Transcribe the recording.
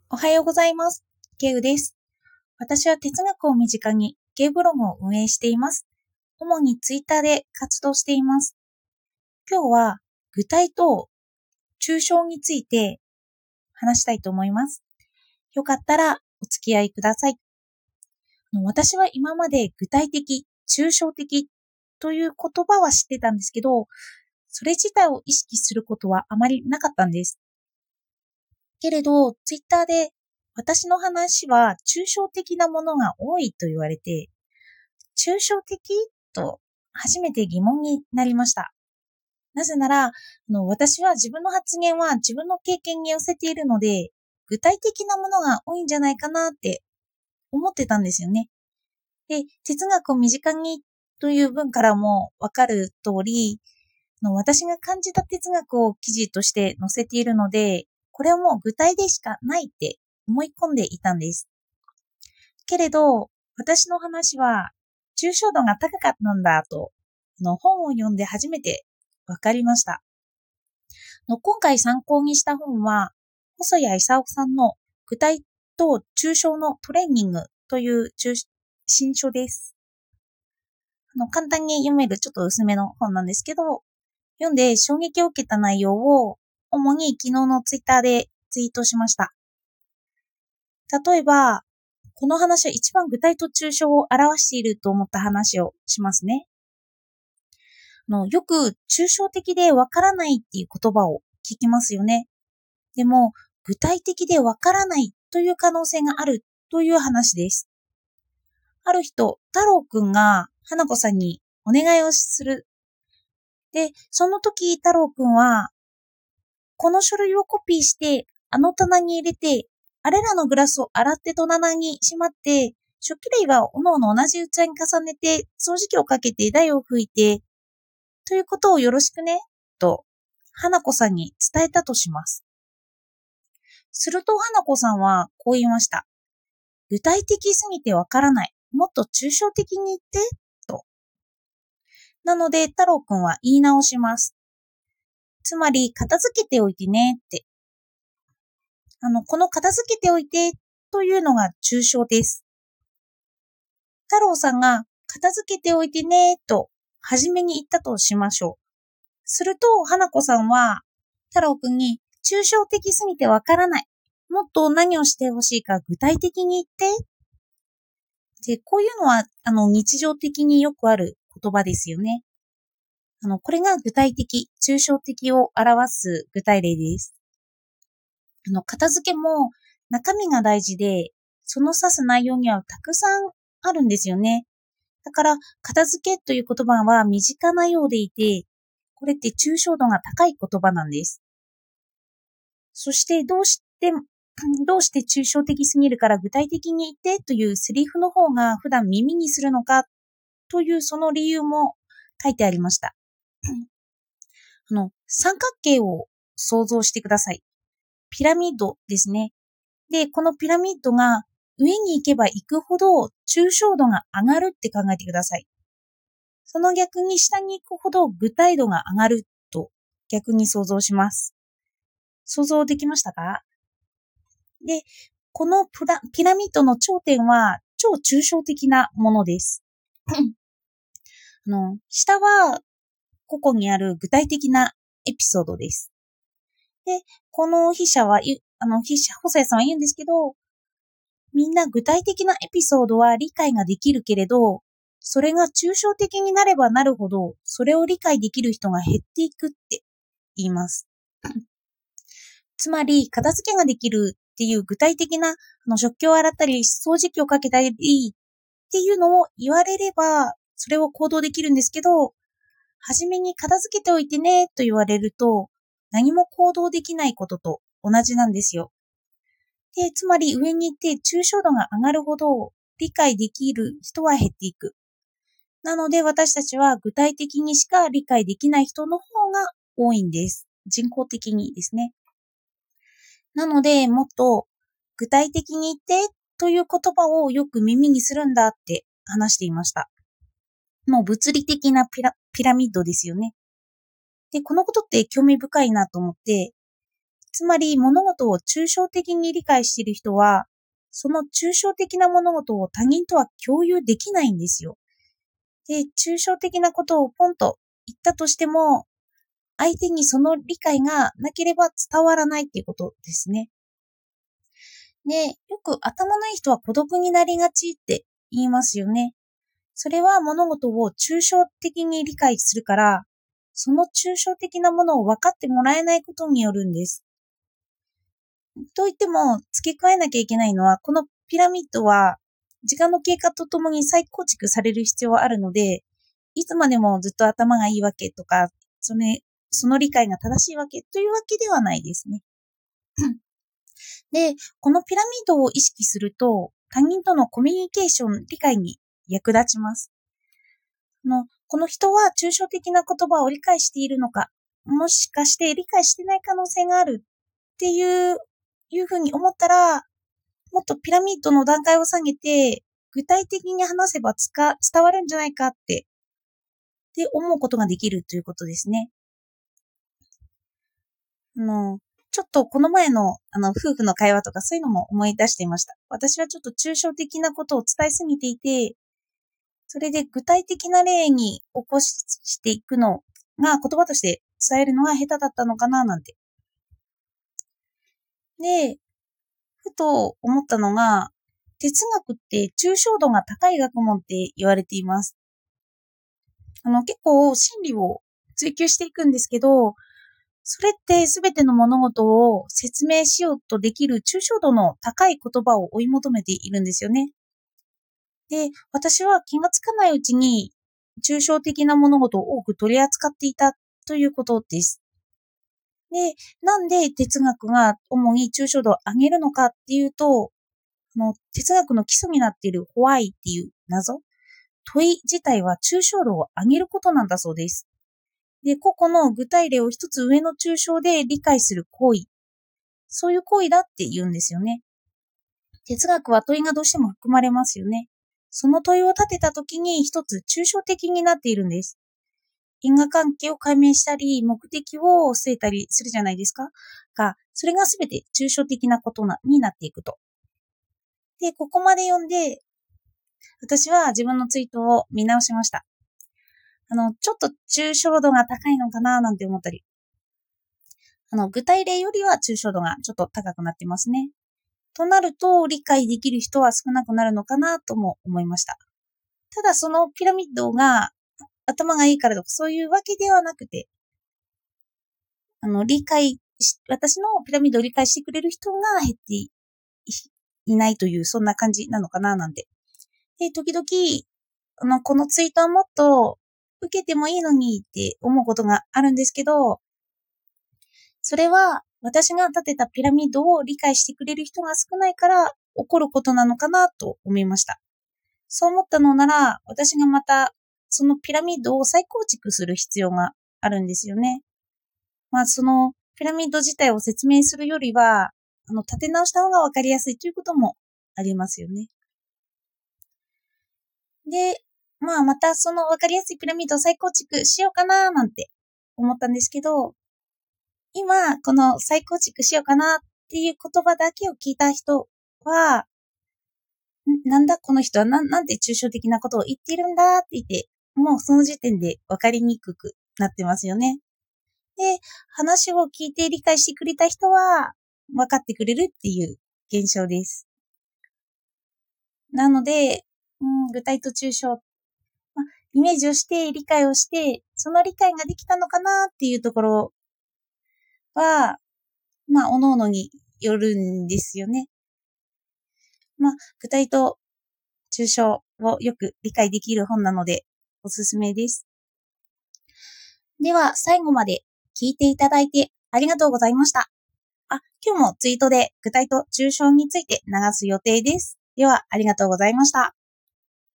おはようございます。ケウです。私は哲学を身近にケウブログを運営しています。主にツイッターで活動しています。今日は具体と抽象について話したいと思います。よかったらお付き合いください。私は今まで具体的、抽象的という言葉は知ってたんですけど、それ自体を意識することはあまりなかったんです。けれど、ツイッターで私の話は抽象的なものが多いと言われて、抽象的と初めて疑問になりました。なぜなら、私は自分の発言は自分の経験に寄せているので、具体的なものが多いんじゃないかなって思ってたんですよね。で、哲学を身近にという文からもわかる通り、私が感じた哲学を記事として載せているので、これはもう具体でしかないって思い込んでいたんです。けれど、私の話は抽象度が高かったんだと、本を読んで初めて分かりました。今回参考にした本は、細谷勲さんの具体と抽象のトレーニングという新書です。簡単に読めるちょっと薄めの本なんですけど、読んで衝撃を受けた内容を主に昨日のツイッターでツイートしました。例えば、この話は一番具体と抽象を表していると思った話をしますね。よく抽象的でわからないっていう言葉を聞きますよね。でも、具体的でわからないという可能性があるという話です。ある人、太郎くんが花子さんにお願いをする。で、その時太郎くんは、この書類をコピーして、あの棚に入れて、あれらのグラスを洗って戸棚にしまって、食器類はおのおの同じ器に重ねて、掃除機をかけて台を拭いて、ということをよろしくね、と、花子さんに伝えたとします。すると花子さんはこう言いました。具体的すぎてわからない。もっと抽象的に言って、と。なので、太郎くんは言い直します。つまり、片付けておいてね、って。この片付けておいて、というのが抽象です。太郎さんが片付けておいてね、と、初めに言ったとしましょう。すると、花子さんは、太郎くんに、抽象的すぎてわからない。もっと何をしてほしいか具体的に言って。で、こういうのは、日常的によくある言葉ですよね。これが具体的、抽象的を表す具体例です。片付けも中身が大事で、その指す内容にはたくさんあるんですよね。だから、片付けという言葉は身近なようでいて、これって抽象度が高い言葉なんです。そしてどうして抽象的すぎるから具体的に言ってというセリフの方が普段耳にするのかというその理由も書いてありました。三角形を想像してください。ピラミッドですね。で、このピラミッドが上に行けば行くほど抽象度が上がるって考えてください。その逆に下に行くほど具体度が上がると逆に想像します。想像できましたか？で、このピラミッドの頂点は超抽象的なものです。下はここにある具体的なエピソードです。で、この筆者は、細谷さんは言うんですけど、みんな具体的なエピソードは理解ができるけれど、それが抽象的になればなるほど、それを理解できる人が減っていくって言います。つまり、片付けができるっていう具体的な、食器を洗ったり、掃除機をかけたりっていうのを言われれば、それを行動できるんですけど、はじめに片付けておいてねと言われると、何も行動できないことと同じなんですよ。で、つまり上に行って抽象度が上がるほど理解できる人は減っていく。なので私たちは具体的にしか理解できない人の方が多いんです。人工的にですね。なのでもっと具体的に言ってという言葉をよく耳にするんだって話していました。もう物理的なピラミッドですよね。で、このことって興味深いなと思って、 つまり物事を抽象的に理解している人は、その抽象的な物事を他人とは共有できないんですよ。で、抽象的なことをポンと言ったとしても、相手にその理解がなければ伝わらないっていうことですね。で、よく頭のいい人は孤独になりがちって言いますよね。それは物事を抽象的に理解するから、その抽象的なものを分かってもらえないことによるんです。と言っても、付け加えなきゃいけないのは、このピラミッドは、時間の経過とともに再構築される必要はあるので、いつまでもずっと頭がいいわけとか、その理解が正しいわけというわけではないですね。で、このピラミッドを意識すると、他人とのコミュニケーション、理解に役立ちます。この人は抽象的な言葉を理解しているのか、もしかして理解してない可能性があるっていうふうに思ったら、もっとピラミッドの段階を下げて、具体的に話せば伝わるんじゃないかって思うことができるということですね。ちょっとこの前の夫婦の会話とかそういうのも思い出していました。私はちょっと抽象的なことを伝えすぎていて、それで具体的な例に起こしていくのが言葉として伝えるのが下手だったのかななんて。で、ふと思ったのが、哲学って抽象度が高い学問って言われています。結構真理を追求していくんですけど、それってすべての物事を説明しようとできる抽象度の高い言葉を追い求めているんですよね。で、私は気がつかないうちに抽象的な物事を多く取り扱っていたということです。で、なんで哲学が主に抽象度を上げるのかっていうと、哲学の基礎になっているホワイっていう謎、問い自体は抽象度を上げることなんだそうです。で、個々の具体例を一つ上の抽象で理解する行為。そういう行為だって言うんですよね。哲学は問いがどうしても含まれますよね。その問いを立てたときに一つ抽象的になっているんです。因果関係を解明したり、目的を据えたりするじゃないですか。それがすべて抽象的なことになっていくと。で、ここまで読んで、私は自分のツイートを見直しました。ちょっと抽象度が高いのかななんて思ったり。具体例よりは抽象度がちょっと高くなってますね。となると、理解できる人は少なくなるのかなとも思いました。ただそのピラミッドが頭がいいからとかそういうわけではなくて、私のピラミッドを理解してくれる人が減っていないという、そんな感じなのかななんて。で、時々、このツイートはもっと受けてもいいのにって思うことがあるんですけど、それは私が立てたピラミッドを理解してくれる人が少ないから起こることなのかなと思いました。そう思ったのなら、私がまたそのピラミッドを再構築する必要があるんですよね。そのピラミッド自体を説明するよりは、立て直した方がわかりやすいということもありますよね。で、またそのわかりやすいピラミッドを再構築しようかななんて思ったんですけど、今、この再構築しようかなっていう言葉だけを聞いた人は、なんだこの人はなんて抽象的なことを言っているんだって言って、もうその時点で分かりにくくなってますよね。で、話を聞いて理解してくれた人は分かってくれるっていう現象です。なので、具体と抽象、イメージをして理解をして、その理解ができたのかなっていうところは、各々によるんですよね。具体と抽象をよく理解できる本なのでおすすめです。では最後まで聞いていただいてありがとうございました。今日もツイートで具体と抽象について流す予定です。ではありがとうございました。